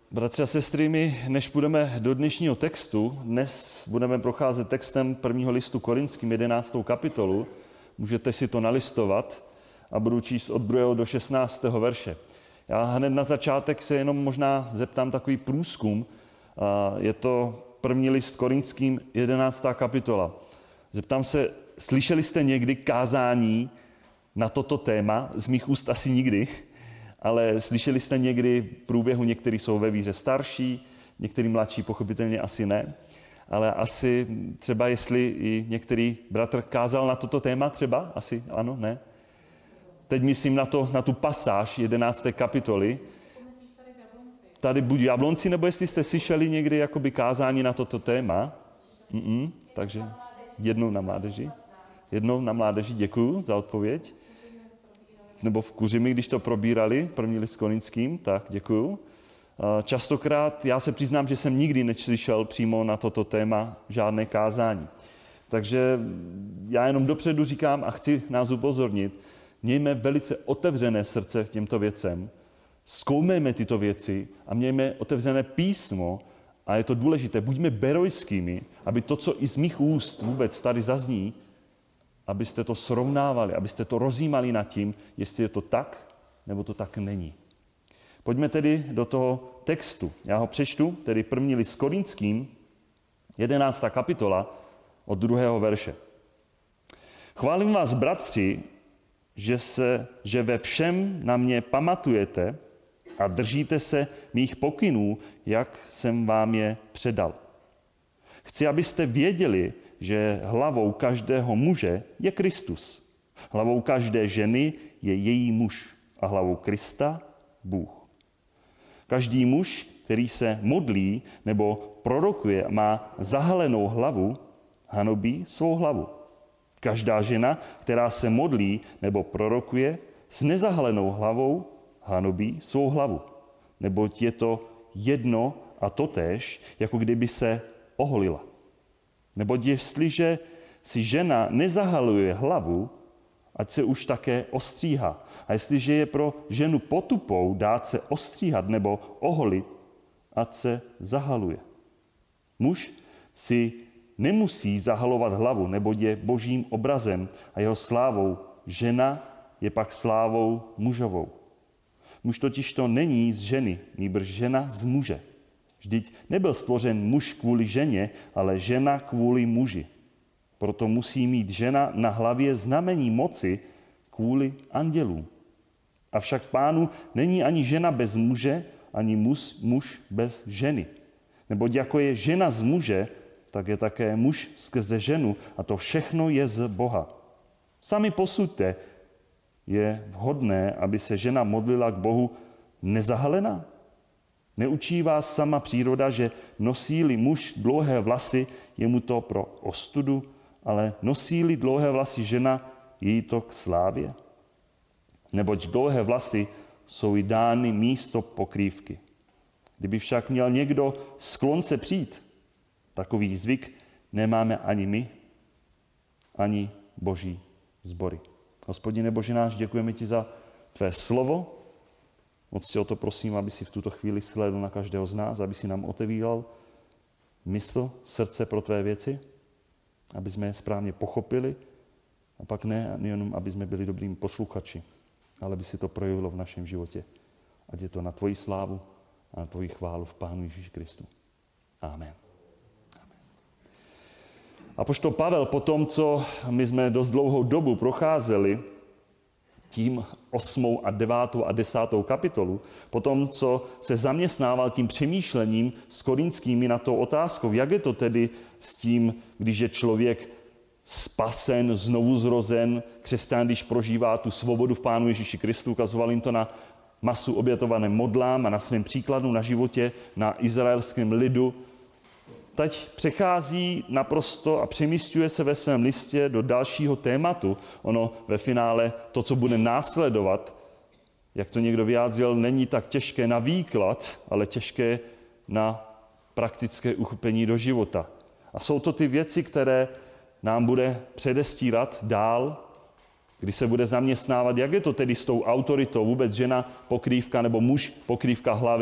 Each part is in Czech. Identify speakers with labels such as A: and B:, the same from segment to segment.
A: Bratři a sestry, my než půjdeme do dnešního textu, dnes budeme procházet textem prvního listu Korinským 11. kapitolu. Můžete si to nalistovat a budu číst od 2. do 16. verše. Já hned na začátek se jenom možná zeptám takový průzkum. Je to první list Korinským 11. kapitola. Zeptám se, slyšeli jste někdy kázání na toto téma? Z mých úst asi nikdy. Ale slyšeli jste někdy v průběhu, někteří jsou ve víře starší, někteří mladší pochopitelně asi ne, ale asi třeba jestli i některý bratr kázal na toto téma třeba, asi ano, ne. Teď myslím na tu pasáž 11. kapitoly. Tady buď v Jablonci, nebo jestli jste slyšeli někdy jakoby kázání na toto téma. Takže jednou na mládeži, děkuju za odpověď. Nebo v Kuřimi, když to probírali, první list Korinským, tak děkuju. Častokrát, já se přiznám, že jsem nikdy neslyšel přímo na toto téma žádné kázání. Takže já jenom dopředu říkám a chci nás upozornit, mějme velice otevřené srdce k těmto věcem, zkoumejme tyto věci a mějme otevřené písmo a je to důležité, buďme berojskými, aby to, co i z mých úst vůbec tady zazní, abyste to srovnávali, abyste to rozjímali nad tím, jestli je to tak, nebo to tak není. Pojďme tedy do toho textu. Já ho přečtu, tedy první list Korinským, 11. kapitola, od 2. verše. Chválím vás, bratři, že ve všem na mě pamatujete a držíte se mých pokynů, jak jsem vám je předal. Chci, abyste věděli, že hlavou každého muže je Kristus. Hlavou každé ženy je její muž a hlavou Krista Bůh. Každý muž, který se modlí nebo prorokuje, má zahalenou hlavu, hanobí svou hlavu. Každá žena, která se modlí nebo prorokuje, s nezahalenou hlavou hanobí svou hlavu. Neboť je to jedno a totéž, jako kdyby se oholila. Neboť jestliže si žena nezahaluje hlavu, ať se už také ostříhá. A jestliže je pro ženu potupou dát se ostříhat nebo oholit, ať se zahaluje. Muž si nemusí zahalovat hlavu, neboť je božím obrazem a jeho slávou. Žena je pak slávou mužovou. Muž totiž to není z ženy, nýbrž žena z muže. Vždyť nebyl stvořen muž kvůli ženě, ale žena kvůli muži. Proto musí mít žena na hlavě znamení moci kvůli andělům. Avšak v Pánu není ani žena bez muže, ani muž bez ženy. Neboť jako je žena z muže, tak je také muž skrze ženu a to všechno je z Boha. Sami posuďte, je vhodné, aby se žena modlila k Bohu nezahalená? Neučí vás sama příroda, že nosí-li muž dlouhé vlasy, je mu to pro ostudu, ale nosí-li dlouhé vlasy žena, je jí to k slávě? Neboť dlouhé vlasy jsou jí dány místo pokrývky. Kdyby však měl někdo sklon se přijít, takový zvyk nemáme ani my, ani boží sbory. Hospodine Bože náš, děkujeme ti za tvé slovo. Moc tě o to prosím, aby si v tuto chvíli shlédl na každého z nás, aby si nám otevíral mysl, srdce pro tvé věci, aby jsme je správně pochopili a pak ne jenom, aby jsme byli dobrými posluchači, ale aby si to projevilo v našem životě. Ať je to na tvoji slávu a na tvoji chválu v Pánu Ježíši Kristu. Amen. Apoštol Pavel po tom, co my jsme dost dlouhou dobu procházeli tím 8. a 9. a 10. kapitolu, po tom, co se zaměstnával tím přemýšlením s Korinskými na tou otázkou, jak je to tedy s tím, když je člověk spasen, znovuzrozen, křesťan, když prožívá tu svobodu v Pánu Ježíši Kristu, ukazoval jim to na masu obětovaném modlám a na svém příkladu na životě, na izraelském lidu. Teď přechází naprosto a přemísťuje se ve svém listě do dalšího tématu. Ono ve finále to, co bude následovat, jak to někdo vyjádřil, není tak těžké na výklad, ale těžké na praktické uchopení do života. A jsou to ty věci, které nám bude předestírat dál, kdy se bude zaměstnávat, jak je to tedy s tou autoritou, vůbec žena pokrývka nebo muž pokrývka hlavy,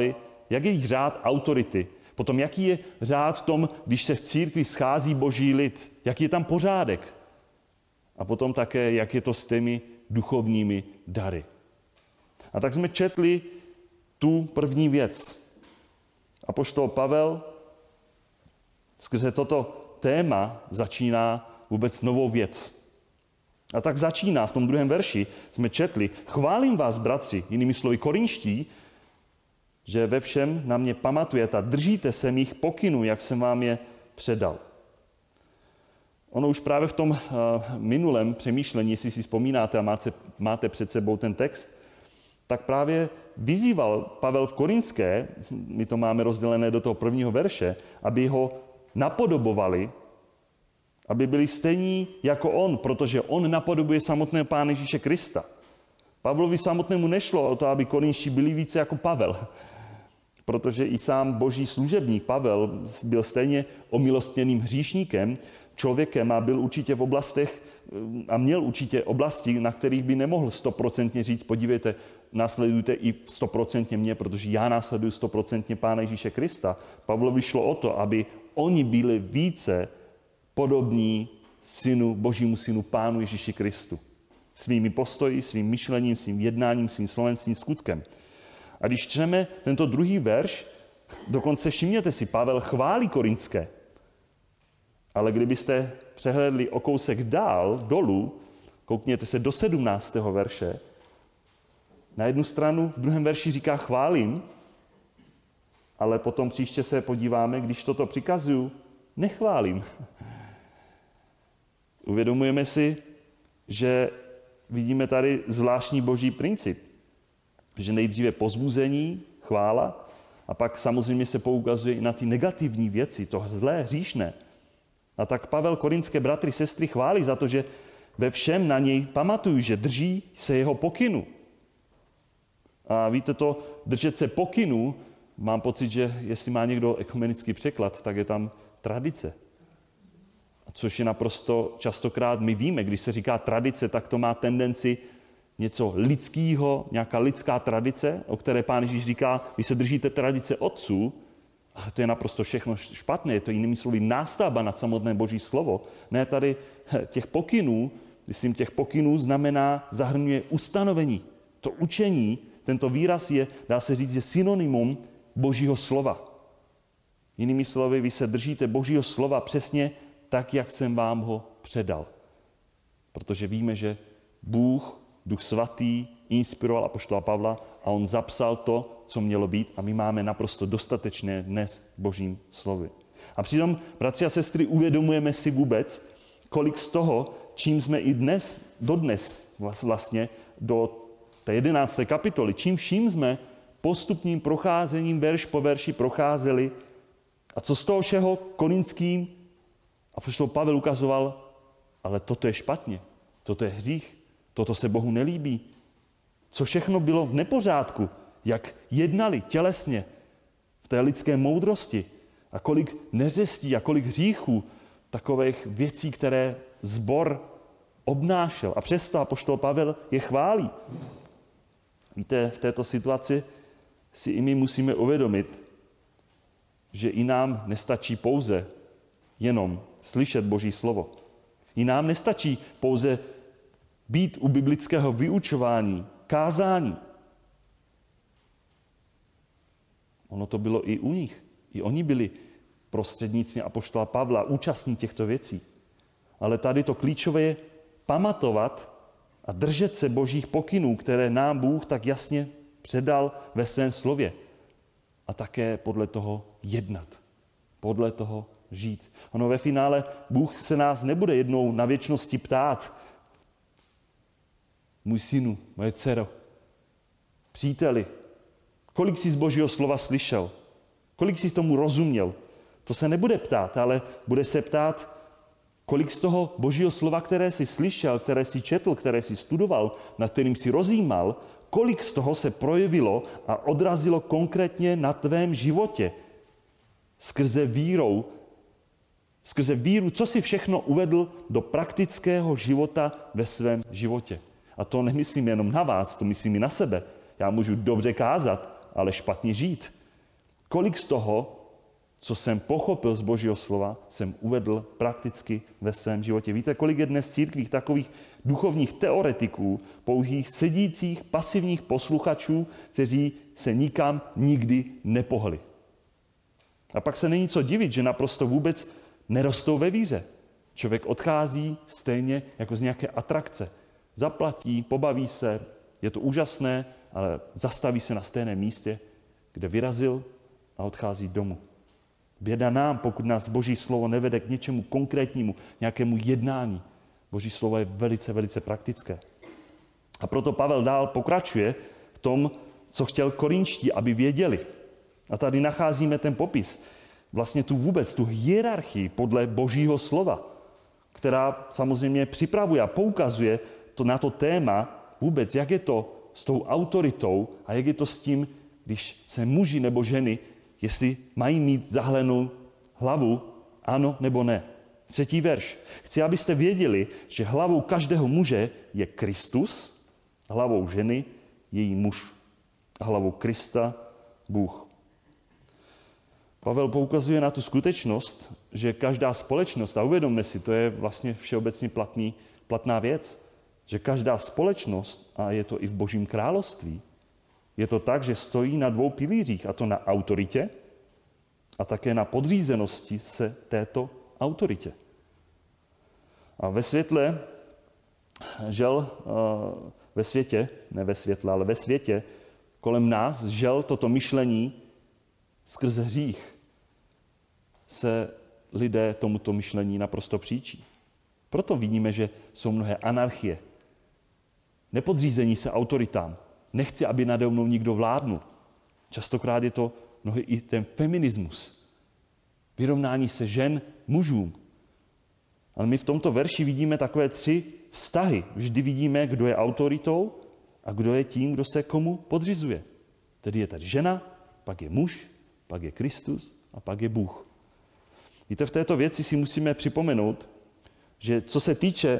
A: jak je řád autority. Potom, jaký je řád v tom, když se v církvi schází boží lid. Jaký je tam pořádek. A potom také, jak je to s těmi duchovními dary. A tak jsme četli tu první věc. Apoštol Pavel skrze toto téma začíná vůbec novou věc. A tak začíná v tom 2. verši, jsme četli, chválím vás, bratři, jinými slovy korinští, že ve všem na mě pamatujete a držíte se mých pokynů, jak jsem vám je předal. Ono už právě v tom minulém přemýšlení, jestli si vzpomínáte a máte před sebou ten text, tak právě vyzýval Pavel v Korinské, my to máme rozdělené do toho 1. verše, aby ho napodobovali, aby byli stejní jako on, protože on napodobuje samotného Pána Ježíše Krista. Pavlovi samotnému nešlo o to, aby Korinští byli více jako Pavel, protože i sám boží služebník Pavel byl stejně omilostněným hříšníkem, člověkem a byl určitě v oblastech a měl určitě oblasti, na kterých by nemohl 100% říct, podívejte, následujte i 100% mě, protože já následuju 100% Pána Ježíše Krista. Pavlovi šlo o to, aby oni byli více podobní božímu synu Pánu Ježíši Kristu. Svými postoji, svým myšlením, svým jednáním, svým slovem, svým skutkem. A když čteme tento 2. verš, dokonce všimněte si, Pavel chválí Korinské. Ale kdybyste přehlédli o kousek dolů, koukněte se do 17. verše, na jednu stranu v 2. verši říká chválím, ale potom příště se podíváme, když toto přikazuju, nechválím. Uvědomujeme si, že vidíme tady zvláštní boží princip, že nejdříve povzbuzení, chvála, a pak samozřejmě se poukazuje i na ty negativní věci, to zlé, hříšné. A tak Pavel korinské bratry, sestry chválí za to, že ve všem na něj pamatují, že drží se jeho pokynu. A víte to, držet se pokynu, mám pocit, že jestli má někdo ekumenický překlad, tak je tam tradice. Což je naprosto častokrát, my víme, když se říká tradice, tak to má tendenci něco lidského, nějaká lidská tradice, o které Pán Ježíš říká, vy se držíte tradice otců, ale to je naprosto všechno špatné, je to jinými slovy nástavba na samotné boží slovo. Ne, tady těch pokynů, myslím, těch pokynů zahrnuje ustanovení. To učení, tento výraz je, dá se říct, je synonymum božího slova. Jinými slovy, vy se držíte božího slova přesně tak, jak jsem vám ho předal. Protože víme, že Bůh, Duch svatý, inspiroval apoštola Pavla a on zapsal to, co mělo být a my máme naprosto dostatečné dnes božím slovy. A přitom, bratři a sestry, uvědomujeme si vůbec, kolik z toho, čím jsme i dodnes vlastně do té 11. kapitoly, čím vším jsme postupným procházením verš po verši procházeli a co z toho všeho korinským apoštol Pavel ukazoval, ale toto je špatně, toto je hřích, toto se Bohu nelíbí. Co všechno bylo v nepořádku, jak jednali tělesně v té lidské moudrosti a kolik neřestí a kolik hříchů, takových věcí, které sbor obnášel. A přesto apoštol Pavel je chválí. Víte, v této situaci si i my musíme uvědomit, že i nám nestačí pouze jenom slyšet Boží slovo. I nám nestačí pouze být u biblického vyučování, kázání. Ono to bylo i u nich. I oni byli prostředníci apoštola Pavla, účastní těchto věcí. Ale tady to klíčové je pamatovat a držet se božích pokynů, které nám Bůh tak jasně předal ve svém slově. A také podle toho jednat. Podle toho žít. Ono ve finále Bůh se nás nebude jednou na věčnosti ptát. Můj synu, moje dcero, příteli, kolik jsi z božího slova slyšel? Kolik jsi tomu rozuměl? To se nebude ptát, ale bude se ptát, kolik z toho božího slova, které jsi slyšel, které jsi četl, které jsi studoval, nad kterým jsi rozjímal, kolik z toho se projevilo a odrazilo konkrétně na tvém životě. Skrze víru, co si všechno uvedl do praktického života ve svém životě. A to nemyslím jenom na vás, to myslím i na sebe. Já můžu dobře kázat, ale špatně žít. Kolik z toho, co jsem pochopil z Božího slova, jsem uvedl prakticky ve svém životě. Víte, kolik je dnes v církvích takových duchovních teoretiků, pouhých sedících pasivních posluchačů, kteří se nikam nikdy nepohli. A pak se není co divit, že naprosto vůbec nerostou ve víře. Člověk odchází stejně jako z nějaké atrakce. Zaplatí, pobaví se, je to úžasné, ale zastaví se na stejném místě, kde vyrazil a odchází domů. Běda nám, pokud nás Boží slovo nevede k něčemu konkrétnímu, nějakému jednání. Boží slovo je velice, velice praktické. A proto Pavel dál pokračuje v tom, co chtěl Korinští, aby věděli. A tady nacházíme ten popis, vlastně tu hierarchii podle Božího slova, která samozřejmě připravuje a poukazuje to na to téma vůbec, jak je to s tou autoritou a jak je to s tím, když se muži nebo ženy, jestli mají mít zahlenou hlavu, ano nebo ne. 3. verš. Chci, abyste věděli, že hlavou každého muže je Kristus, hlavou ženy její muž a hlavou Krista Bůh. Pavel poukazuje na tu skutečnost, že každá společnost, a uvědomme si, to je vlastně všeobecně platná věc, že každá společnost, a je to i v Božím království, je to tak, že stojí na 2 pilířích, a to na autoritě a také na podřízenosti se této autoritě. A ve světle, ve světě, kolem nás, toto myšlení skrze hřích se lidé tomuto myšlení naprosto příčí. Proto vidíme, že jsou mnohé anarchie. Nepodřízení se autoritám. Nechci, aby nade mnou nikdo vládnul. Častokrát je to mnohdy i ten feminismus. Vyrovnání se žen mužům. Ale my v tomto verši vidíme takové 3 vztahy. Vždy vidíme, kdo je autoritou a kdo je tím, kdo se komu podřizuje. Tedy je tady žena, pak je muž, pak je Kristus a pak je Bůh. Víte, v této věci si musíme připomenout, že co se týče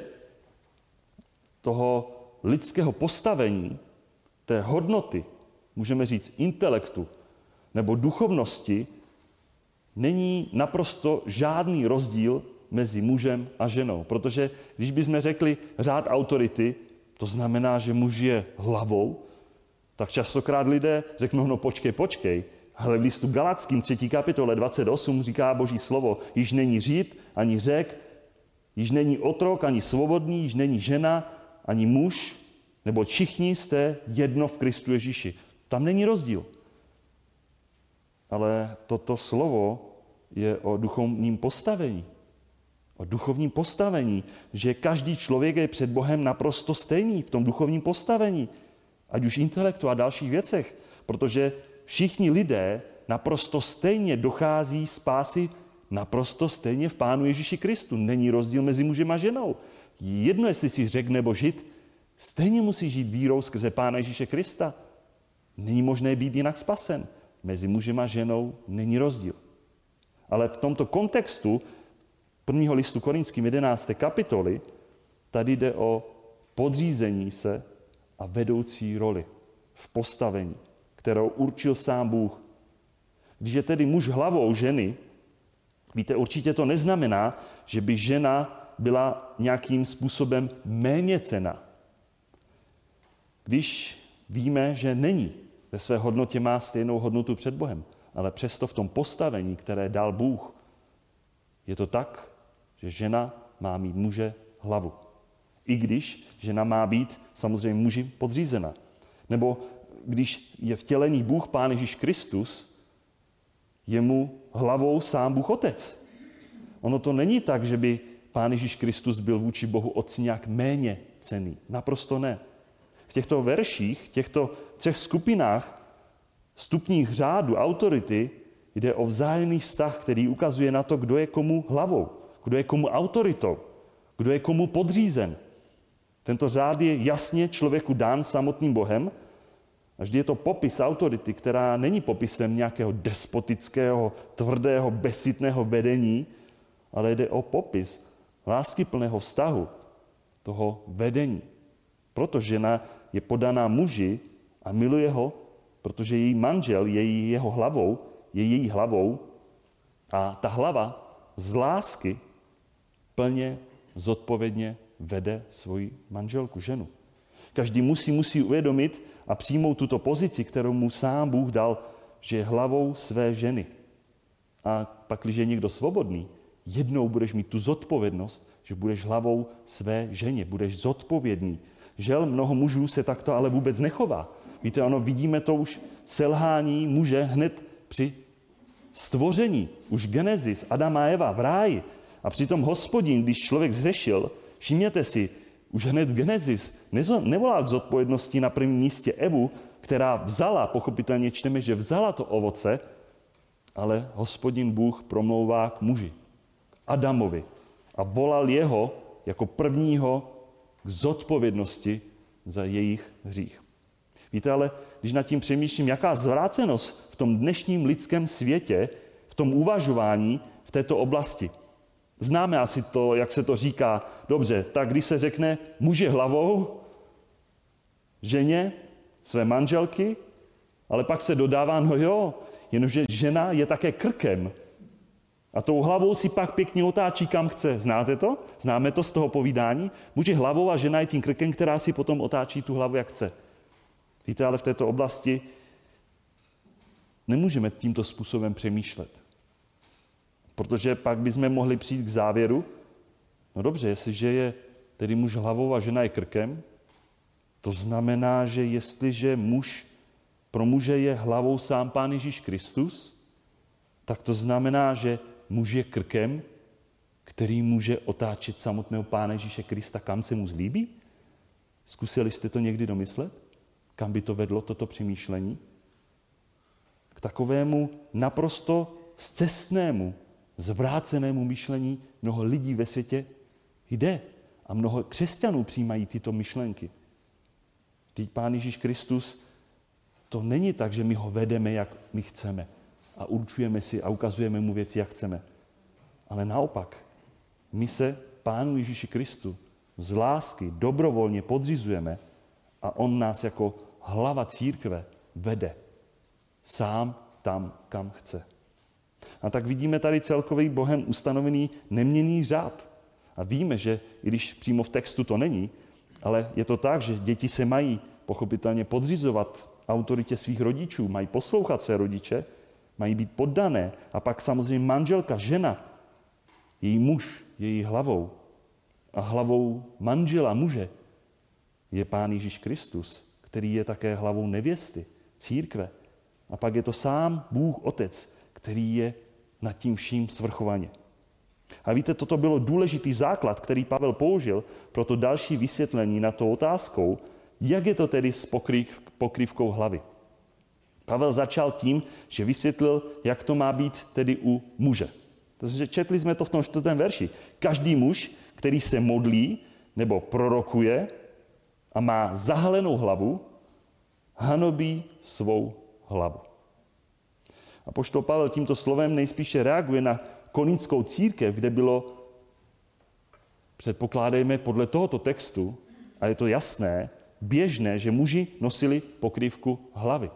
A: toho lidského postavení, té hodnoty, můžeme říct intelektu nebo duchovnosti, není naprosto žádný rozdíl mezi mužem a ženou. Protože když bychom řekli řád autority, to znamená, že muž je hlavou, tak častokrát lidé řeknou, no počkej, ale v listu Galackým 3. kapitole 28 říká Boží slovo, již není Žid, ani Řek, již není otrok, ani svobodný, již není žena, ani muž, nebo všichni jste jedno v Kristu Ježíši. Tam není rozdíl. Ale toto slovo je o duchovním postavení. O duchovním postavení, že každý člověk je před Bohem naprosto stejný v tom duchovním postavení, ať už intelektu a dalších věcech, protože všichni lidé naprosto stejně dochází spásy naprosto stejně v Pánu Ježíši Kristu. Není rozdíl mezi mužem a ženou. Jedno, jestli jsi Řek nebo Žid, stejně musí žít vírou skrze Pána Ježíše Krista. Není možné být jinak spasen. Mezi mužem a ženou není rozdíl. Ale v tomto kontextu 1. listu Korinským 11. kapitoly tady jde o podřízení se a vedoucí roli v postavení, kterou určil sám Bůh. Když je tedy muž hlavou ženy, víte, určitě to neznamená, že by žena byla nějakým způsobem méněcenná. Když víme, že není, ve své hodnotě má stejnou hodnotu před Bohem, ale přesto v tom postavení, které dal Bůh, je to tak, že žena má mít muže hlavu. I když žena má být samozřejmě muži podřízena. Nebo když je vtělený Bůh, Pán Ježíš Kristus, je mu hlavou sám Bůh Otec. Ono to není tak, že by Pán Ježíš Kristus byl vůči Bohu Otci nějak méně cenný. Naprosto ne. V těchto verších, v těchto 3 skupinách stupních řádu autority jde o vzájemný vztah, který ukazuje na to, kdo je komu hlavou, kdo je komu autoritou, kdo je komu podřízen. Tento řád je jasně člověku dán samotným Bohem a vždy je to popis autority, která není popisem nějakého despotického, tvrdého, bezcitného vedení, ale jde o popis láskyplného vztahu toho vedení. Proto žena je podaná muži a miluje ho, protože její manžel je jeho hlavou, je její hlavou a ta hlava z lásky plně zodpovědně vede svoji manželku, ženu. Každý musí uvědomit a přijmout tuto pozici, kterou mu sám Bůh dal, že je hlavou své ženy. A pak, když je někdo svobodný, jednou budeš mít tu zodpovědnost, že budeš hlavou své ženě, budeš zodpovědný. Žel, mnoho mužů se takto ale vůbec nechová. Víte, vidíme to už selhání muže hned při stvoření. Už Genesis, Adam a Eva v ráji. A přitom Hospodin, když člověk zřešil, všimněte si, už hned v Genesis nevolá k zodpovědnosti na prvním místě Evu, která vzala, pochopitelně čteme, že vzala to ovoce, ale Hospodin Bůh promlouvá k muži, k Adamovi a volal jeho jako prvního k zodpovědnosti za jejich hřích. Víte, ale když nad tím přemýšlím, jaká zvrácenost v tom dnešním lidském světě, v tom uvažování v této oblasti. Známe asi to, jak se to říká. Dobře, tak když se řekne muž je hlavou, ženě, své manželky, ale pak se dodává, no jo, jenomže žena je také krkem. A tou hlavou si pak pěkně otáčí, kam chce. Znáte to? Známe to z toho povídání? Muž je hlavou a žena je tím krkem, která si potom otáčí tu hlavu, jak chce. Víte, ale v této oblasti nemůžeme tímto způsobem přemýšlet. Protože pak bychom mohli přijít k závěru, no dobře, jestliže je tedy muž hlavou a žena je krkem, to znamená, že jestliže pro muže je hlavou sám Pán Ježíš Kristus, tak to znamená, že muž je krkem, který může otáčet samotného Pána Ježíše Krista, kam se mu zlíbí? Zkusili jste to někdy domyslet? Kam by to vedlo, toto přemýšlení? K takovému naprosto scestnému, zvrácenému myšlení mnoho lidí ve světě jde. A mnoho křesťanů přijímají tyto myšlenky. Vždyť Pán Ježíš Kristus, to není tak, že my ho vedeme, jak my chceme a určujeme si a ukazujeme mu věci, jak chceme. Ale naopak, my se Pánu Ježíši Kristu z lásky dobrovolně podřizujeme a on nás jako hlava církve vede sám tam, kam chce. A tak vidíme tady celkový Bohem ustanovený neměnný řád. A víme, že i když přímo v textu to není, ale je to tak, že děti se mají pochopitelně podřizovat autoritě svých rodičů, mají poslouchat své rodiče, mají být poddané. A pak samozřejmě manželka, žena, její muž, její hlavou. A hlavou manžela, muže, je Pán Ježíš Kristus, který je také hlavou nevěsty, církve. A pak je to sám Bůh Otec, který je nad tím vším svrchovaně. A víte, toto bylo důležitý základ, který Pavel použil pro to další vysvětlení na to otázkou, jak je to tedy s pokrývkou hlavy. Pavel začal tím, že vysvětlil, jak to má být tedy u muže. Takže četli jsme to v tom 4. verši. Každý muž, který se modlí nebo prorokuje a má zahalenou hlavu, hanobí svou hlavu. Apoštol Pavel tímto slovem nejspíše reaguje na korintskou církev, kde bylo, předpokládejme podle tohoto textu, a je to jasné, běžné, že muži nosili pokrývku hlavy.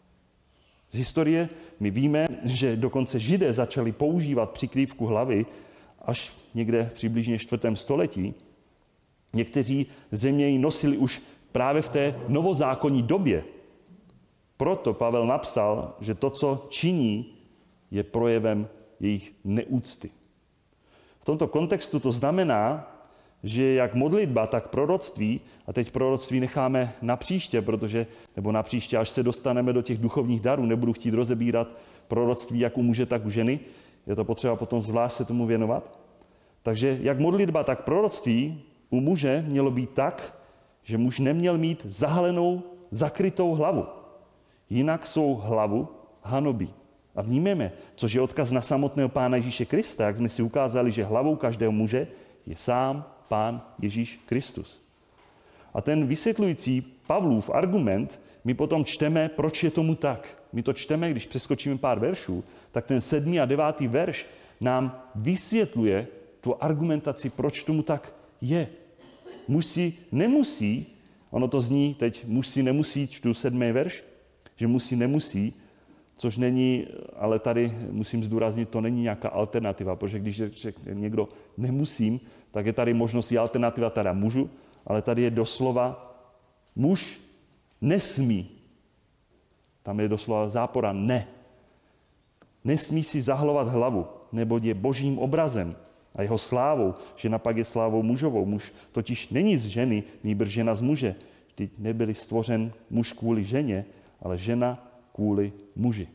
A: Z historie my víme, že dokonce Židé začali používat přikrývku hlavy až někde přibližně 4. století. Někteří země ji nosili už právě v té novozákonní době. Proto Pavel napsal, že to, co činí, je projevem jejich neúcty. V tomto kontextu to znamená, že jak modlitba, tak proroctví, a teď proroctví necháme na příště, nebo na příště, až se dostaneme do těch duchovních darů, nebudu chtít rozebírat proroctví jak u muže, tak u ženy, je to potřeba potom zvlášť se tomu věnovat. Takže jak modlitba, tak proroctví u muže mělo být tak, že muž neměl mít zahalenou, zakrytou hlavu. Jinak svou hlavu hanobí. A vnímeme, což je odkaz na samotného Pána Ježíše Krista, jak jsme si ukázali, že hlavou každého muže je sám Pán Ježíš Kristus. A ten vysvětlující Pavlův argument, my potom čteme, proč je tomu tak. My to čteme, když přeskočíme pár veršů, tak ten 7. a 9. verš nám vysvětluje tu argumentaci, proč tomu tak je. Muž si nemusí, ono to zní teď, muž si nemusí, čtu 7. verš, že muž si nemusí, což není, ale tady musím zdůraznit, to není nějaká alternativa, protože když řekne někdo nemusím, tak je tady možnost i alternativa, teda můžu, ale tady je doslova muž nesmí. Tam je doslova zápora ne. Nesmí si zahalovat hlavu, neboť je božím obrazem a jeho slávou. Žena pak je slávou mužovou. Muž totiž není z ženy, nýbrž žena z muže. Vždyť nebyli stvořen muž kvůli ženě, ale žena kvůli muži.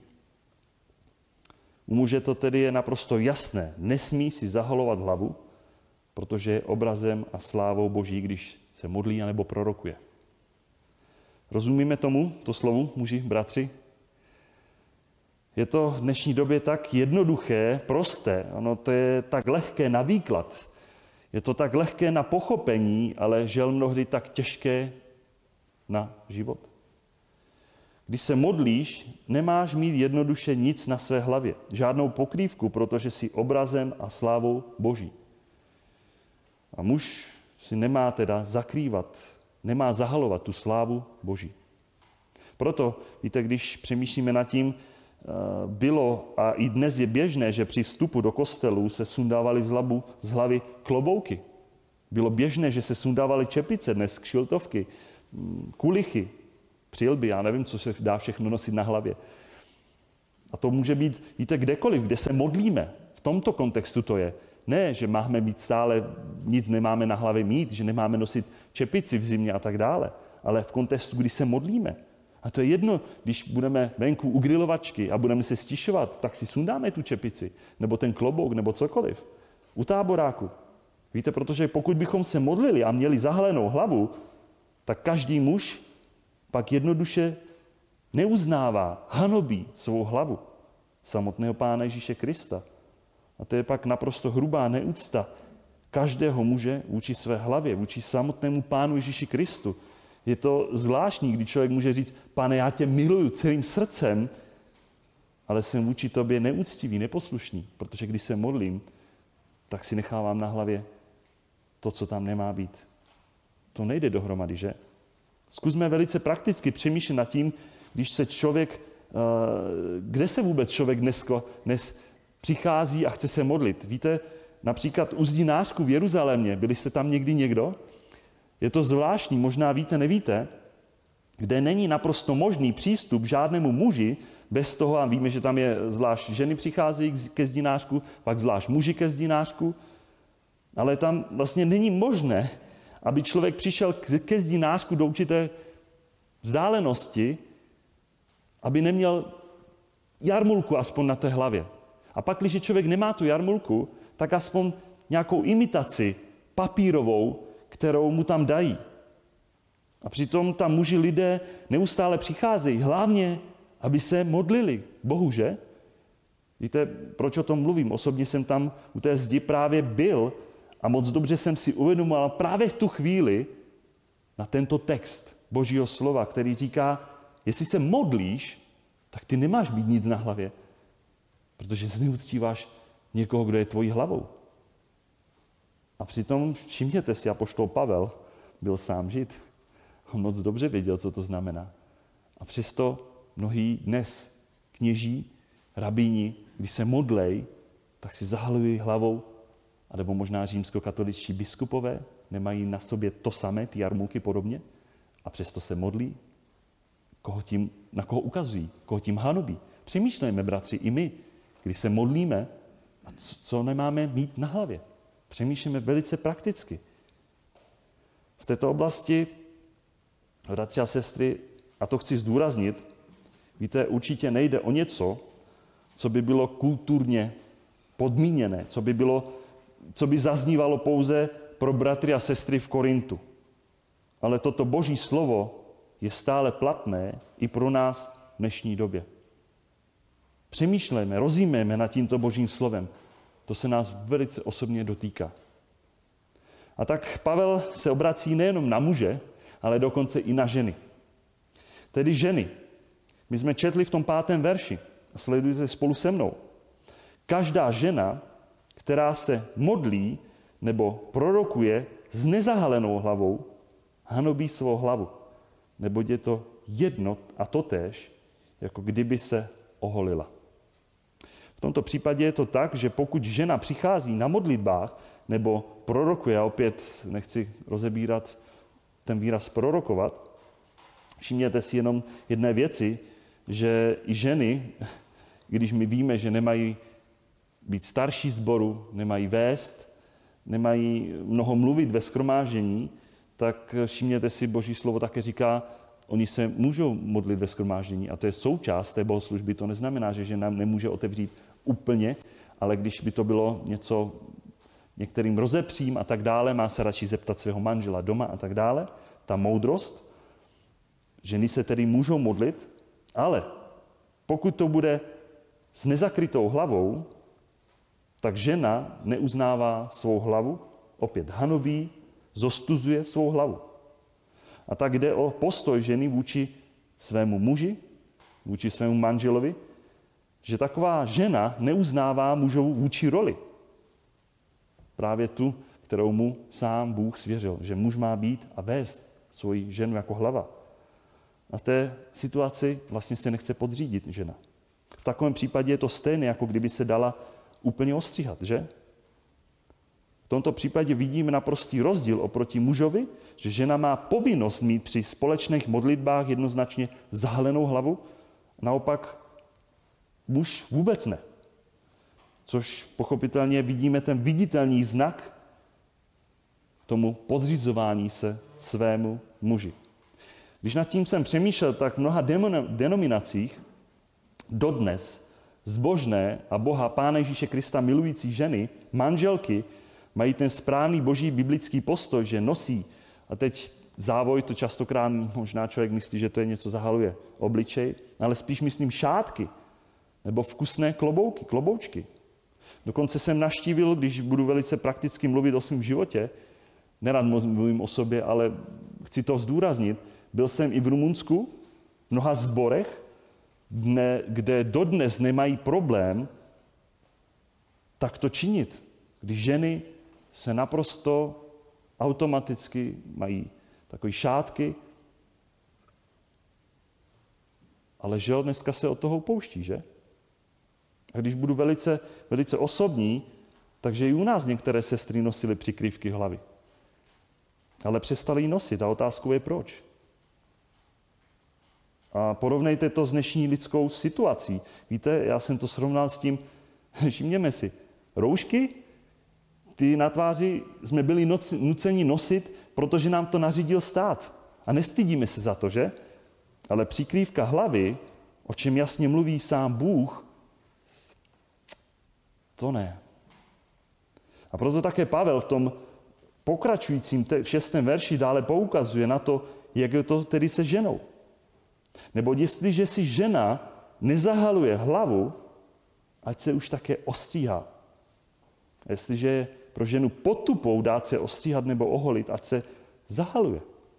A: U muže to tedy je naprosto jasné. Nesmí si zahalovat hlavu, protože je obrazem a slávou Boží, když se modlí anebo prorokuje. Rozumíme tomu, to slovu, muži, bratři? Je to v dnešní době tak jednoduché, prosté, ono to je tak lehké na výklad, je to tak lehké na pochopení, ale žel mnohdy tak těžké na život. Když se modlíš, nemáš mít jednoduše nic na své hlavě, žádnou pokrývku, protože jsi obrazem a slávou Boží. A muž si nemá teda zakrývat, nemá zahalovat tu slávu Boží. Proto, víte, když přemýšlíme nad tím, bylo a i dnes je běžné, že při vstupu do kostelů se sundávaly z hlavy klobouky. Bylo běžné, že se sundávaly čepice, dnes kšiltovky, kulichy, přilby, já nevím, co se dá všechno nosit na hlavě. A to může být, víte, kdekoliv, kde se modlíme. V tomto kontextu to je. Ne, že máme být stále, nic nemáme na hlavě mít, že nemáme nosit čepici v zimě a tak dále, ale v kontextu, kdy se modlíme. A to je jedno, když budeme venku u grilovačky a budeme se stišovat, tak si sundáme tu čepici, nebo ten klobouk, nebo cokoliv. U táboráku. Víte, protože pokud bychom se modlili a měli zahalenou hlavu, tak každý muž pak jednoduše neuznává, hanobí svou hlavu samotného Pána Ježíše Krista. A to je pak naprosto hrubá neúcta každého muže vůči své hlavě, vůči samotnému Pánu Ježíši Kristu. Je to zvláštní, když člověk může říct, Pane, já tě miluju celým srdcem, ale jsem vůči tobě neúctivý, neposlušný, protože když se modlím, tak si nechávám na hlavě to, co tam nemá být. To nejde dohromady, že? Zkusme velice prakticky přemýšlet nad tím, když se člověk, kde se vůbec člověk dnes přichází a chce se modlit. Víte, například u Zdinářku v Jeruzalémě, byli jste tam někdy někdo? Je to zvláštní, možná víte, nevíte, kde není naprosto možný přístup žádnému muži bez toho, a víme, že tam je zvlášť ženy přicházejí ke zdinářku, pak zvlášť muži ke zdinářku, ale tam vlastně není možné, aby člověk přišel ke zdinářku do určité vzdálenosti, aby neměl jarmulku aspoň na té hlavě. A pak, když člověk nemá tu jarmulku, tak aspoň nějakou imitaci papírovou, kterou mu tam dají. A přitom tam muži lidé neustále přicházejí, hlavně, aby se modlili Bohu, že? Víte, proč o tom mluvím? Osobně jsem tam u té zdi právě byl a moc dobře jsem si uvědomoval právě v tu chvíli na tento text Božího slova, který říká, jestli se modlíš, tak ty nemáš mít nic na hlavě, protože zneuctíváš někoho, kdo je tvojí hlavou. A přitom všimněte si, apoštol Pavel byl sám Žid. On moc dobře věděl, co to znamená. A přesto mnohí dnes kněží, rabíni, když se modlej, tak si zahalují hlavou, anebo možná římskokatoličtí biskupové nemají na sobě to samé, ty jarmulky podobně, a přesto se modlí. Na koho ukazují, koho tím hanobí. Přemýšlejme, bratři, i my, když se modlíme, a co nemáme mít na hlavě. Přemýšlíme velice prakticky. V této oblasti, bratři a sestry, a to chci zdůraznit, víte, určitě nejde o něco, co by bylo kulturně podmíněné, co by zaznívalo pouze pro bratry a sestry v Korintu. Ale toto Boží slovo je stále platné i pro nás v dnešní době. Přemýšlejme, rozjímejme nad tímto Božím slovem. To se nás velice osobně dotýká. A tak Pavel se obrací nejenom na muže, ale dokonce i na ženy. Tedy ženy. My jsme četli v tom 5. verši, a sledujte spolu se mnou. Každá žena, která se modlí nebo prorokuje s nezahalenou hlavou, hanobí svou hlavu. Neboť je to jedno a totéž, jako kdyby se oholila. V tomto případě je to tak, že pokud žena přichází na modlitbách nebo prorokuje, já opět nechci rozebírat ten výraz prorokovat, všimněte si jenom jedné věci, že i ženy, když my víme, že nemají být starší sboru, nemají vést, nemají mnoho mluvit ve shromáždění, tak všimněte si, Boží slovo také říká, oni se můžou modlit ve shromáždění a to je součást té bohoslužby. To neznamená, že žena nemůže otevřít úplně, ale když by to bylo něco některým rozepřím a tak dále, má se radši zeptat svého manžela doma a tak dále. Ta moudrost, ženy se tedy můžou modlit, ale pokud to bude s nezakrytou hlavou, tak žena neuznává svou hlavu, opět hanobí, zostuzuje svou hlavu. A tak jde o postoj ženy vůči svému muži, vůči svému manželovi, že taková žena neuznává mužovu vůči roli. Právě tu, kterou mu sám Bůh svěřil, že muž má být a vést svoji ženu jako hlava. A v té situaci vlastně se nechce podřídit žena. V takovém případě je to stejné, jako kdyby se dala úplně ostříhat, že? V tomto případě vidíme naprostý rozdíl oproti mužovi, že žena má povinnost mít při společných modlitbách jednoznačně zahalenou hlavu, naopak muž vůbec ne. Což pochopitelně vidíme ten viditelný znak tomu podřizování se svému muži. Když nad tím jsem přemýšlel, tak v mnoha denominacích dodnes zbožné a Boha Pána Ježíše Krista milující ženy, manželky, mají ten správný boží biblický postoj, že nosí, a teď závoj, to častokrát možná člověk myslí, že to je něco zahaluje obličej, ale spíš myslím šátky nebo vkusné kloboučky. Dokonce jsem navštívil, když budu velice prakticky mluvit o svém životě, nerad mluvím o sobě, ale chci to zdůraznit, byl jsem i v Rumunsku, v mnoha sborech, kde dodnes nemají problém tak to činit, když ženy se naprosto automaticky mají takové šátky, ale žel dneska se od toho upouští, že? A když budu velice, velice osobní, takže i u nás některé sestry nosily přikrývky hlavy. Ale přestali ji nosit a otázkou je proč. A porovnejte to s dnešní lidskou situací. Víte, já jsem to srovnal s tím, všimněme si, roušky, ty na tváři jsme byli nuceni nosit, protože nám to nařídil stát. A nestydíme se za to, že? Ale přikrývka hlavy, o čem jasně mluví sám Bůh, to ne. A proto také Pavel v tom pokračujícím 6. verši dále poukazuje na to, jak je to tedy se ženou. Nebo jestliže si žena nezahaluje hlavu, ať se už také ostříhá. A jestliže je pro ženu potupou dát se ostříhat nebo oholit, ať se zahaluje.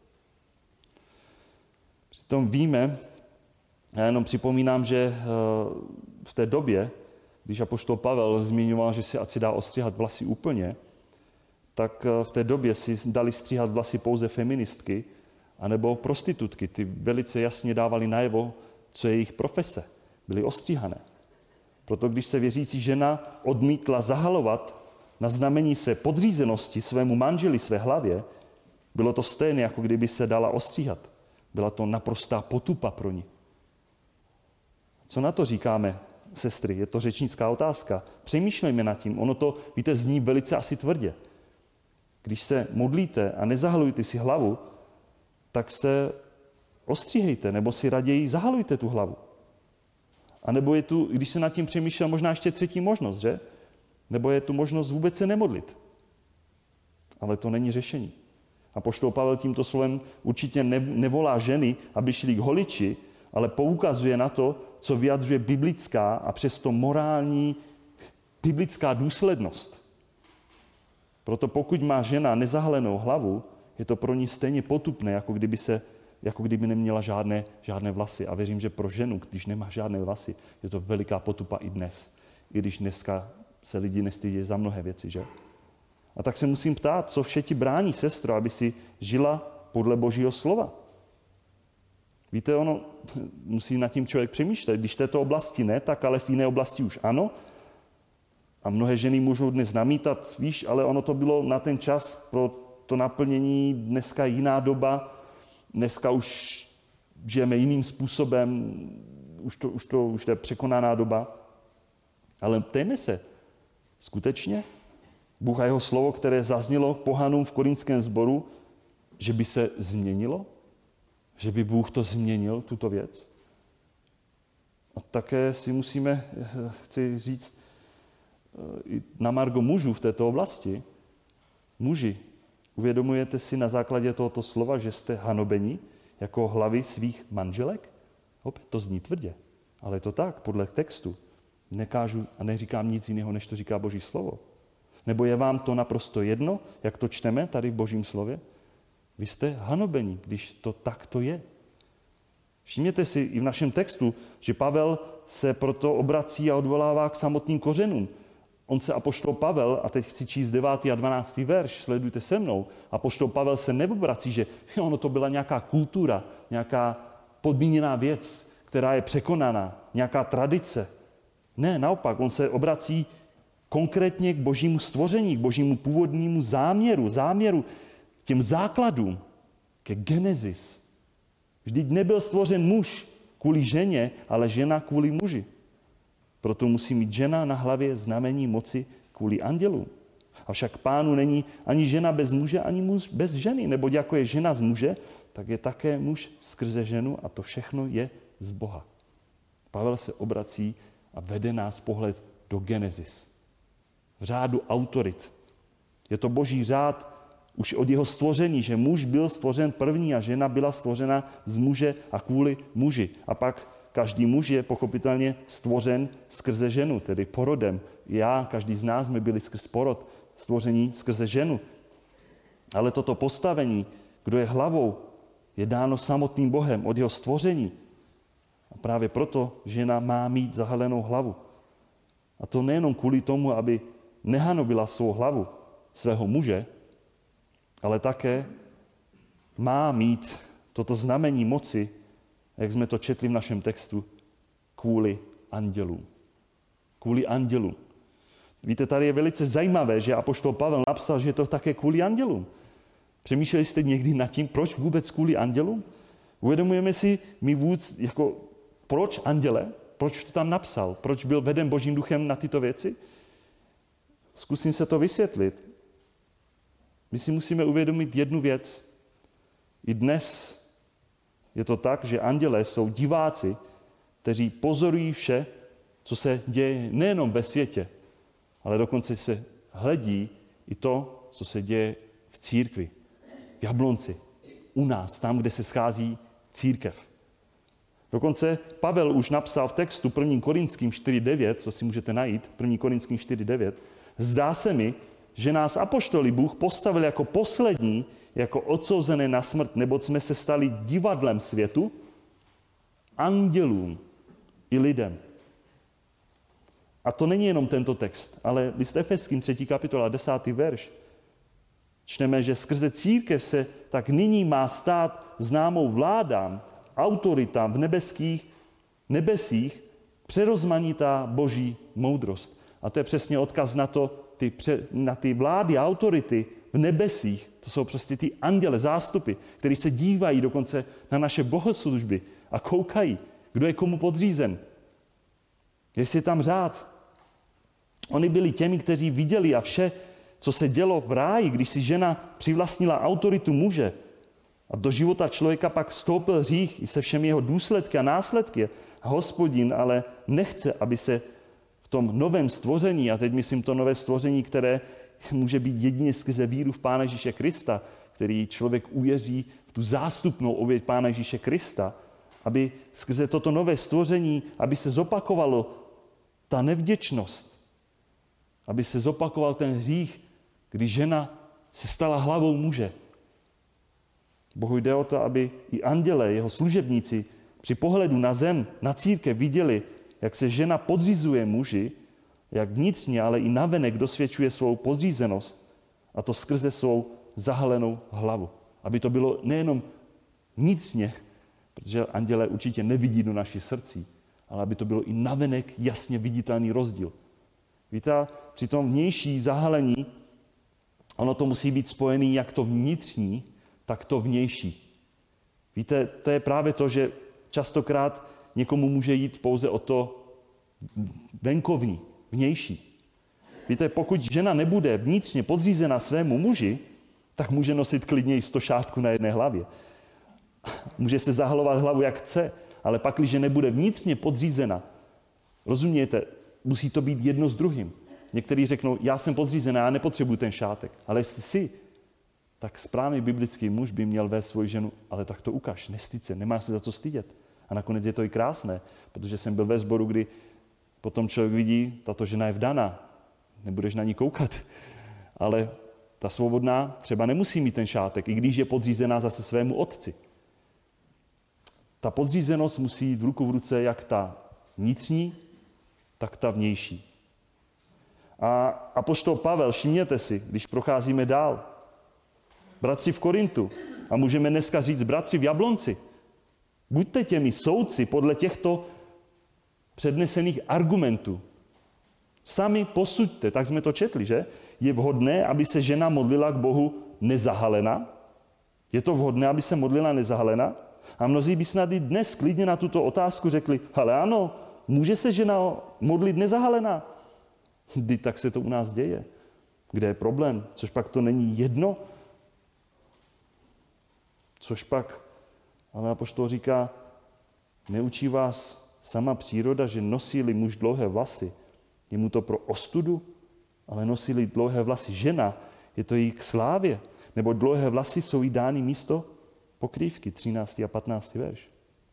A: Přitom víme, já jenom připomínám, že v té době, když apoštol Pavel zmiňoval, že si ať si dá ostříhat vlasy úplně, tak v té době si dali stříhat vlasy pouze feministky anebo prostitutky. Ty velice jasně dávali najevo, co je jejich profese. Byly ostříhané. Proto když se věřící žena odmítla zahalovat na znamení své podřízenosti svému manželi, své hlavě, bylo to stejné, jako kdyby se dala ostříhat. Byla to naprostá potupa pro ní. Co na to říkáme, sestry? Je to řečnická otázka. Přemýšlejme nad tím. Ono to, víte, zní velice asi tvrdě. Když se modlíte a nezahalujte si hlavu, tak se ostříhejte, nebo si raději zahalujte tu hlavu. A nebo je tu, když se nad tím přemýšlel, možná ještě třetí možnost, že? Nebo je tu možnost vůbec se nemodlit. Ale to není řešení. Apoštol Pavel tímto slovem určitě nevolá ženy, aby šli k holiči, ale poukazuje na to, co vyjadřuje biblická a přesto morální biblická důslednost. Proto pokud má žena nezahalenou hlavu, je to pro ní stejně potupné, jako kdyby neměla žádné vlasy. A věřím, že pro ženu, když nemá žádné vlasy, je to veliká potupa i dnes. I když dneska se lidi nestydí za mnohé věci, že? A tak se musím ptát, co vše ti brání, sestro, aby si žila podle Božího slova. Víte, ono musí nad tím člověk přemýšlet. Když této oblasti ne, tak ale v jiné oblasti už ano. A mnohé ženy můžou dnes namítat, víš, ale ono to bylo na ten čas pro to naplnění, dneska jiná doba, dneska už žijeme jiným způsobem, už to je překonaná doba. Ale ptejme se, skutečně Bůh a jeho slovo, které zaznělo pohanům v korintském sboru, že by se změnilo? Že by Bůh to změnil, tuto věc? A také si musíme, chci říct, na margo mužů v této oblasti. Muži, uvědomujete si na základě tohoto slova, že jste hanobeni jako hlavy svých manželek? Opět to zní tvrdě, ale je to tak, podle textu. Nekážu a neříkám nic jiného, než to říká Boží slovo. Nebo je vám to naprosto jedno, jak to čteme tady v Božím slově? Vy jste hanobeni, když to takto je. Všimněte si i v našem textu, že Pavel se proto obrací a odvolává k samotným kořenům. On se apoštol Pavel, a teď chci číst 9. a 12. verš, sledujte se mnou, apoštol Pavel se neobrací, že ono to byla nějaká kultura, nějaká podmíněná věc, která je překonaná, nějaká tradice. Ne, naopak, on se obrací konkrétně k Božímu stvoření, k Božímu původnímu záměru, těm základům, ke Genesis. Vždyť nebyl stvořen muž kvůli ženě, ale žena kvůli muži. Proto musí mít žena na hlavě znamení moci kvůli andělům. Avšak Pánu není ani žena bez muže, ani muž bez ženy. Neboť jako je žena z muže, tak je také muž skrze ženu a to všechno je z Boha. Pavel se obrací a vede nás pohled do Genesis. V řádu autorit. Je to Boží řád už od jeho stvoření, že muž byl stvořen první a žena byla stvořena z muže a kvůli muži. A pak každý muž je pochopitelně stvořen skrze ženu, tedy porodem. Každý z nás jsme byli skrz porod, stvoření skrze ženu. Ale toto postavení, kdo je hlavou, je dáno samotným Bohem od jeho stvoření. A právě proto žena má mít zahalenou hlavu. A to nejenom kvůli tomu, aby nehanobila svou hlavu, svého muže, ale také má mít toto znamení moci, jak jsme to četli v našem textu, kvůli andělům. Kvůli andělům. Víte, tady je velice zajímavé, že apoštol Pavel napsal, že je to také kvůli andělům. Přemýšleli jste někdy nad tím, proč vůbec kvůli andělům? Uvědomujeme si my vůbec, proč anděle? Proč to tam napsal? Proč byl veden Božím duchem na tyto věci? Zkusím se to vysvětlit. My si musíme uvědomit jednu věc. I dnes je to tak, že andělé jsou diváci, kteří pozorují vše, co se děje nejenom ve světě, ale dokonce se hledí i to, co se děje v církvi, v Jablonci, u nás, tam, kde se schází církev. Dokonce Pavel už napsal v textu 1. Korinským 4.9, co si můžete najít, 1. Korinským 4.9, zdá se mi, že nás apoštoli Bůh postavil jako poslední, jako odsouzené na smrt, neboť jsme se stali divadlem světu, andělům i lidem. A to není jenom tento text, ale list Efeským 3. kapitola 10. verš. Čteme, že skrze církev se tak nyní má stát známou vládám, autoritám v nebesích přerozmanitá boží moudrost. A to je přesně odkaz na ty vlády a autority v nebesích. To jsou přesně ty anděle, zástupy, kteří se dívají dokonce na naše bohoslužby a koukají, kdo je komu podřízen. Jestli je tam řád. Oni byli těmi, kteří viděli a vše, co se dělo v ráji, když si žena přivlastnila autoritu muže a do života člověka pak vstoupil hřích i se všemi jeho důsledky a následky. A Hospodin ale nechce, aby se v tom novém stvoření, a teď myslím to nové stvoření, které může být jedině skrze víru v Pána Ježíše Krista, který člověk uvěří v tu zástupnou oběť Pána Ježíše Krista, aby skrze toto nové stvoření, aby se zopakovalo ta nevděčnost, aby se zopakoval ten hřích, kdy žena se stala hlavou muže. Bohu jde o to, aby i andělé, jeho služebníci, při pohledu na zem, na církev viděli, jak se žena podřizuje muži, jak vnitřně, ale i navenek dosvědčuje svou podřízenost, a to skrze svou zahalenou hlavu. Aby to bylo nejenom vnitřně protože andělé určitě nevidí do našich srdcí, ale aby to bylo i navenek jasně viditelný rozdíl. Víte, při tom vnější zahalení, ono to musí být spojený jak to vnitřní, tak to vnější. Víte, to je právě to, že častokrát někomu může jít pouze o to venkovní, vnější. Víte, pokud žena nebude vnitřně podřízena svému muži, tak může nosit klidně i 100 šátků na jedné hlavě. Může se zahalovat hlavu, jak chce, ale pak, když nebude vnitřně podřízena, rozumějte, musí to být jedno s druhým. Někteří řeknou, já jsem podřízená, já nepotřebuji ten šátek. Ale jestli jsi, tak správný biblický muž by měl vést svoji ženu, ale tak to ukaž, nestyď se, nemá se za co stydět. A nakonec je to i krásné, protože jsem byl ve sboru, kdy potom člověk vidí, tato žena je vdaná, nebudeš na ní koukat. Ale ta svobodná třeba nemusí mít ten šátek, i když je podřízená zase svému otci. Ta podřízenost musí jít v ruku v ruce jak ta vnitřní, tak ta vnější. A apoštol Pavel, všimněte si, když procházíme dál, bratři v Korintu, a můžeme dneska říct bratři v Jablonci, buďte těmi soudci podle těchto přednesených argumentů. Sami posuďte, tak jsme to četli, že? Je vhodné, aby se žena modlila k Bohu nezahalena? Je to vhodné, aby se modlila nezahalena? A mnozí by snad i dnes klidně na tuto otázku řekli, ale ano, může se žena modlit nezahalena? Kdy tak se to u nás děje? Kde je problém? Což pak to není jedno? Což pak, ale apoštol říká, neučí vás sama příroda, že nosí-li muž dlouhé vlasy, je mu to pro ostudu, ale nosí-li dlouhé vlasy žena, je to jí k slávě. Nebo dlouhé vlasy jsou jí dány místo pokrývky, 13. a 15. verš.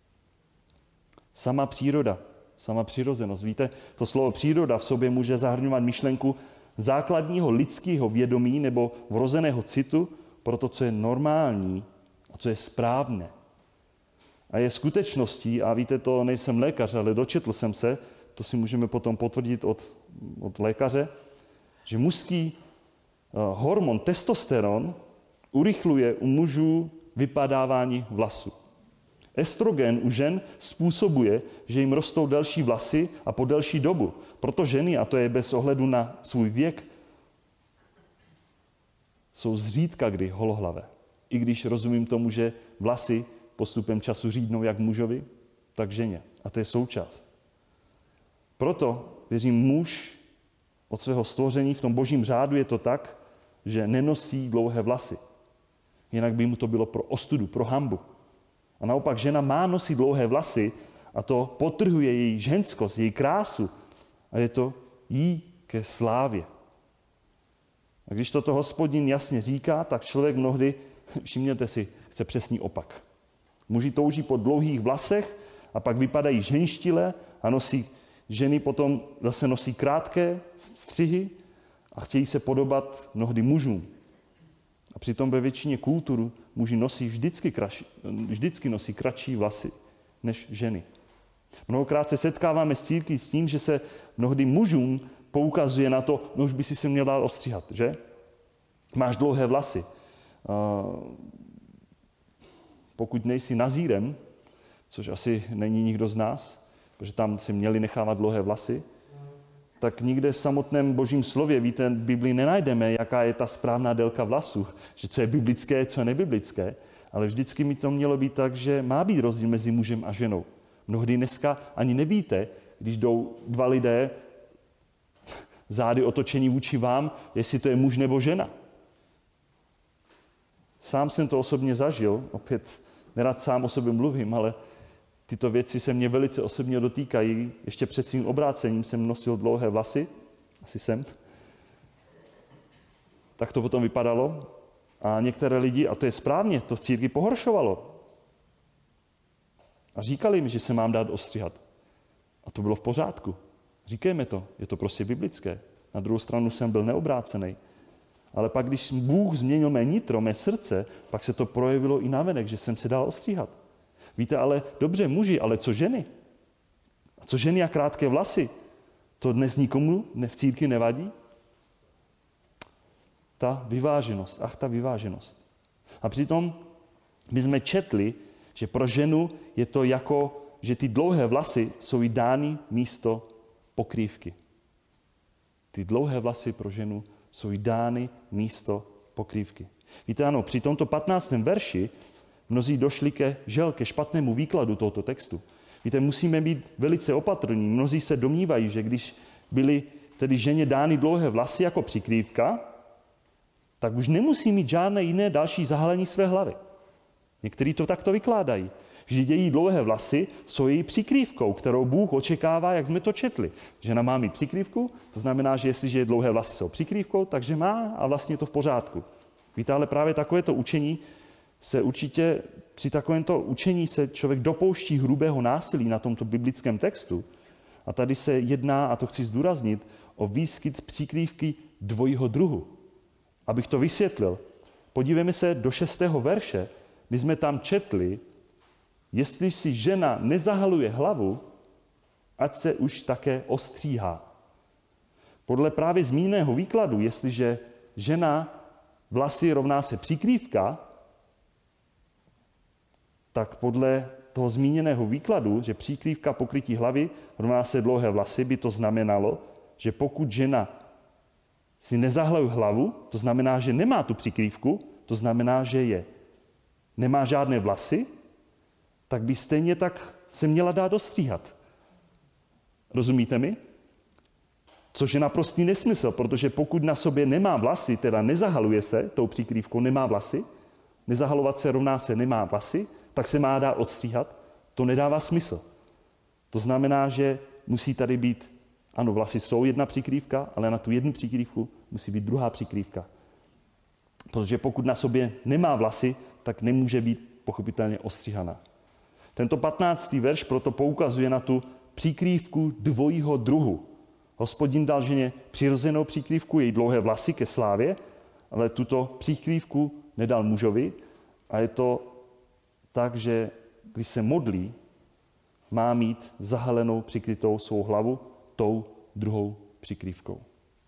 A: Sama příroda, sama přirozenost. Víte, to slovo příroda v sobě může zahrnovat myšlenku základního lidského vědomí nebo vrozeného citu pro to, co je normální a co je správné. A je skutečností, a víte, to nejsem lékař, ale dočetl jsem se, to si můžeme potom potvrdit od lékaře, že mužský hormon testosteron urychluje u mužů vypadávání vlasů. Estrogen u žen způsobuje, že jim rostou delší vlasy a po delší dobu. Proto ženy, a to je bez ohledu na svůj věk, jsou zřídka kdy holohlavé. I když rozumím tomu, že vlasy postupem času řídnou jak mužovi, tak ženě. A to je součást. Proto, věřím, muž od svého stvoření v tom božím řádu je to tak, že nenosí dlouhé vlasy. Jinak by mu to bylo pro ostudu, pro hanbu. A naopak žena má nosit dlouhé vlasy a to podtrhuje její ženskost, její krásu a je to jí ke slávě. A když toto Hospodin jasně říká, tak člověk mnohdy, všimněte si, chce přesný opak. Muži touží po dlouhých vlasech a pak vypadají ženštile a ženy potom zase nosí krátké střihy a chtějí se podobat mnohdy mužům. A přitom ve většině kultur muži vždycky nosí kratší vlasy než ženy. Mnohokrát se setkáváme s církví s tím, že se mnohdy mužům poukazuje na to, no už by si se měl dál ostříhat, že? Máš dlouhé vlasy. Pokud nejsi nazírem, což asi není nikdo z nás, protože tam si měli nechávat dlouhé vlasy, tak nikde v samotném božím slově, víte, v Biblii nenajdeme, jaká je ta správná délka vlasů, že co je biblické, co je nebiblické, ale vždycky mi to mělo být tak, že má být rozdíl mezi mužem a ženou. Mnohdy dneska ani nevíte, když jdou dva lidé zády otočení vůči vám, jestli to je muž nebo žena. Sám jsem to osobně zažil, opět nerad sám o sobě mluvím, ale tyto věci se mě velice osobně dotýkají. Ještě před svým obrácením jsem nosil dlouhé vlasy, asi jsem. Tak to potom vypadalo. A některé lidi, a to je správně, to v církvi pohoršovalo. A říkali mi, že se mám dát ostříhat. A to bylo v pořádku. Říkejme to, je to prostě biblické. Na druhou stranu jsem byl neobrácený. Ale pak, když Bůh změnil mé nitro, mé srdce, pak se to projevilo i navenek, že jsem se dal ostříhat. Víte, ale dobře, muži, ale co ženy? A co ženy a krátké vlasy? To dnes nikomu v církvi nevadí? Ta vyváženost. A přitom my jsme četli, Že pro ženu je to jako, že ty dlouhé vlasy jsou jí dány místo pokrývky. Ty dlouhé vlasy pro ženu jsou jí dány místo pokrývky. Víte, ano, při tomto 15. verši mnozí došli ke špatnému výkladu tohoto textu. Víte, musíme být velice opatrní. Mnozí se domnívají, že když byly tedy ženě dány dlouhé vlasy jako přikrývka, tak už nemusí mít žádné jiné další zahalení své hlavy. Někteří to takto vykládají. Že její dlouhé vlasy jsou její přikrývkou, kterou Bůh očekává, jak jsme to četli. Žena má mít přikrývku, to znamená, že jestliže dlouhé vlasy jsou přikrývkou, takže má a vlastně je to v pořádku. Víte, ale právě takovéto učení při takovémto učení se člověk dopouští hrubého násilí na tomto biblickém textu. A tady se jedná, a to chci zdůraznit, o výskyt přikrývky dvojího druhu. Abych to vysvětlil, podívejme se do 6. verše. My jsme tam četli, jestli si žena nezahaluje hlavu, ať se už také ostříhá. Podle právě zmíněného výkladu, jestliže žena vlasy rovná se přikrývka, tak podle toho zmíněného výkladu, že přikrývka pokrytí hlavy rovná se dlouhé vlasy, by to znamenalo, že pokud žena si nezahaluje hlavu, to znamená, že nemá tu přikrývku, to znamená, že nemá žádné vlasy, tak by stejně tak se měla dát ostříhat. Rozumíte mi? Což je naprostý nesmysl, protože pokud na sobě nemá vlasy, teda nezahaluje se tou přikrývkou, nemá vlasy, nezahalovat se rovná se nemá vlasy, tak se má dát ostříhat, to nedává smysl. To znamená, že musí tady být, ano, vlasy jsou jedna přikrývka, ale na tu jednu přikrývku musí být druhá přikrývka. Protože pokud na sobě nemá vlasy, tak nemůže být pochopitelně ostříhaná. Tento 15. verš proto poukazuje na tu přikrývku dvojího druhu. Hospodin dal ženě přirozenou přikrývku, její dlouhé vlasy ke slávě, ale tuto přikrývku nedal mužovi a je to tak, že když se modlí, má mít zahalenou přikrytou svou hlavu tou druhou přikrývkou.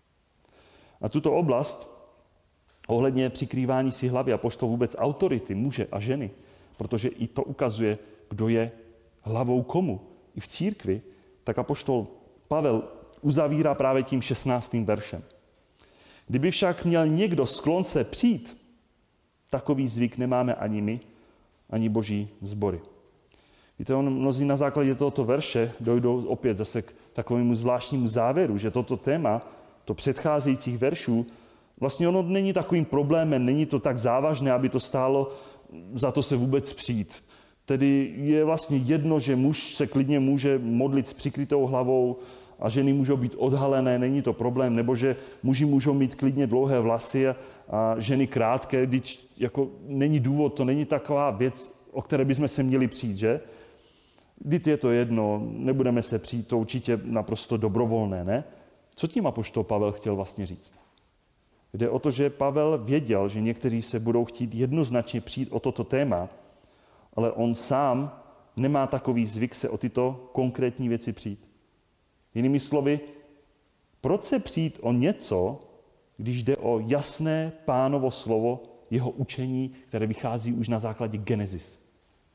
A: A tuto oblast ohledně přikrývání si hlavy a apoštol vůbec autority muže a ženy, protože i to ukazuje, kdo je hlavou komu. I v církvi, tak apoštol Pavel uzavírá právě tím 16. veršem. Kdyby však měl někdo sklon se přijít, takový zvyk nemáme ani my, ani boží sbory. Víte, mnozí na základě tohoto verše dojdou opět zase k takovému zvláštnímu závěru, že toto téma, to předcházejících veršů, vlastně ono není takovým problémem, není to tak závažné, aby to stálo za to se vůbec přijít. Tedy je vlastně jedno, že muž se klidně může modlit s přikrytou hlavou a ženy můžou být odhalené, není to problém, nebo že muži můžou mít klidně dlouhé vlasy a ženy krátké, když jako není důvod, to není taková věc, o které bychom se měli přijít, že? Když je to jedno, nebudeme se přijít, to určitě naprosto dobrovolné, ne? Co tím apoštol Pavel chtěl vlastně říct? Jde o to, že Pavel věděl, že někteří se budou chtít jednoznačně přijít o toto téma, ale on sám nemá takový zvyk se o tyto konkrétní věci přijít. Jinými slovy, proč se přijít o něco, když jde o jasné Pánovo slovo, jeho učení, které vychází už na základě Genesis.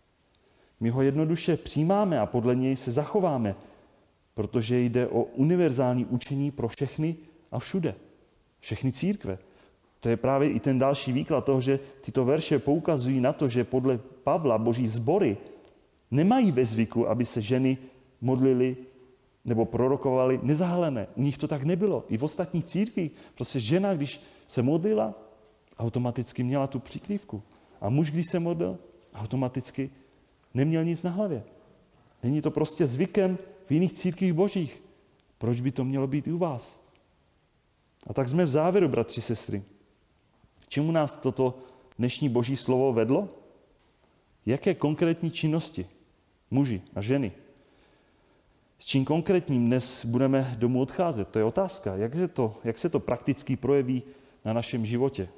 A: My ho jednoduše přijímáme a podle něj se zachováme, protože jde o univerzální učení pro všechny a všude. Všechny církve. To je právě i ten další výklad toho, že tyto verše poukazují na to, že podle Pavla boží sbory nemají ve zvyku, aby se ženy modlily nebo prorokovaly nezahalené. U nich to tak nebylo. I v ostatních církvích. Prostě žena, když se modlila, automaticky měla tu přikrývku. A muž, když se modlil, automaticky neměl nic na hlavě. Není to prostě zvykem v jiných církvích božích. Proč by to mělo být i u vás? A tak jsme v závěru, bratři, sestry. K čemu nás toto dnešní boží slovo vedlo? Jaké konkrétní činnosti, muži a ženy, s čím konkrétním dnes budeme domů odcházet? To je otázka. Jak se to prakticky projeví na našem životě?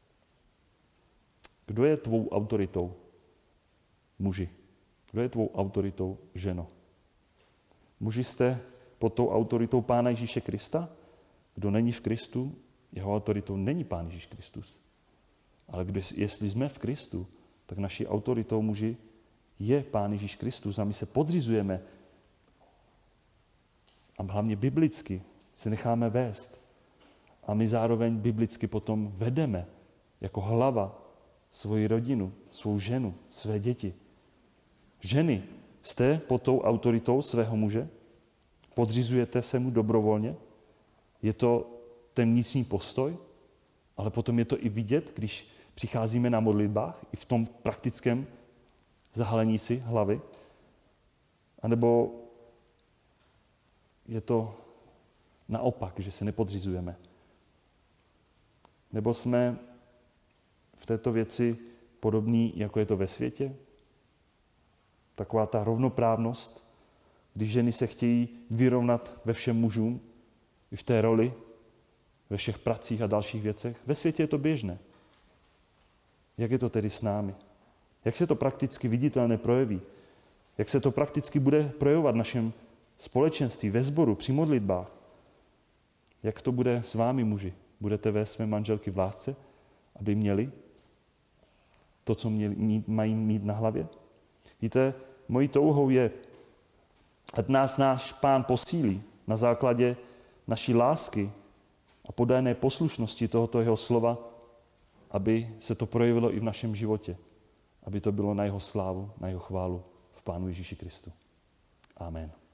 A: Kdo je tvou autoritou, muži? Kdo je tvou autoritou, ženo? Muži jste pod tou autoritou Pána Ježíše Krista? Kdo není v Kristu, jeho autoritou není Pán Ježíš Kristus. Ale jestli jsme v Kristu, tak naší autoritou muži je Pán Ježíš Kristus a my se podřizujeme a hlavně biblicky se necháme vést. A my zároveň biblicky potom vedeme jako hlava svoji rodinu, svou ženu, své děti. Ženy, jste pod tou autoritou svého muže? Podřizujete se mu dobrovolně? Je to ten vnitřní postoj? Ale potom je to i vidět, když přicházíme na modlitbách, i v tom praktickém zahalení si hlavy? A nebo je to naopak, že se nepodřizujeme? Nebo jsme v této věci podobní, jako je to ve světě? Taková ta rovnoprávnost, když ženy se chtějí vyrovnat ve všem mužům, i v té roli, ve všech pracích a dalších věcech. Ve světě je to běžné. Jak je to tedy s námi? Jak se to prakticky viditelně projeví? Jak se to prakticky bude projevovat v našem společenství, ve sboru, při modlitbách? Jak to bude s vámi, muži? Budete vést své manželky v lásce, aby měli to, co mají mít na hlavě? Víte, mojí touhou je, ať nás náš Pán posílí na základě naší lásky a podané poslušnosti tohoto jeho slova, aby se to projevilo i v našem životě. Aby to bylo na jeho slávu, na jeho chválu v Pánu Ježíši Kristu. Amen.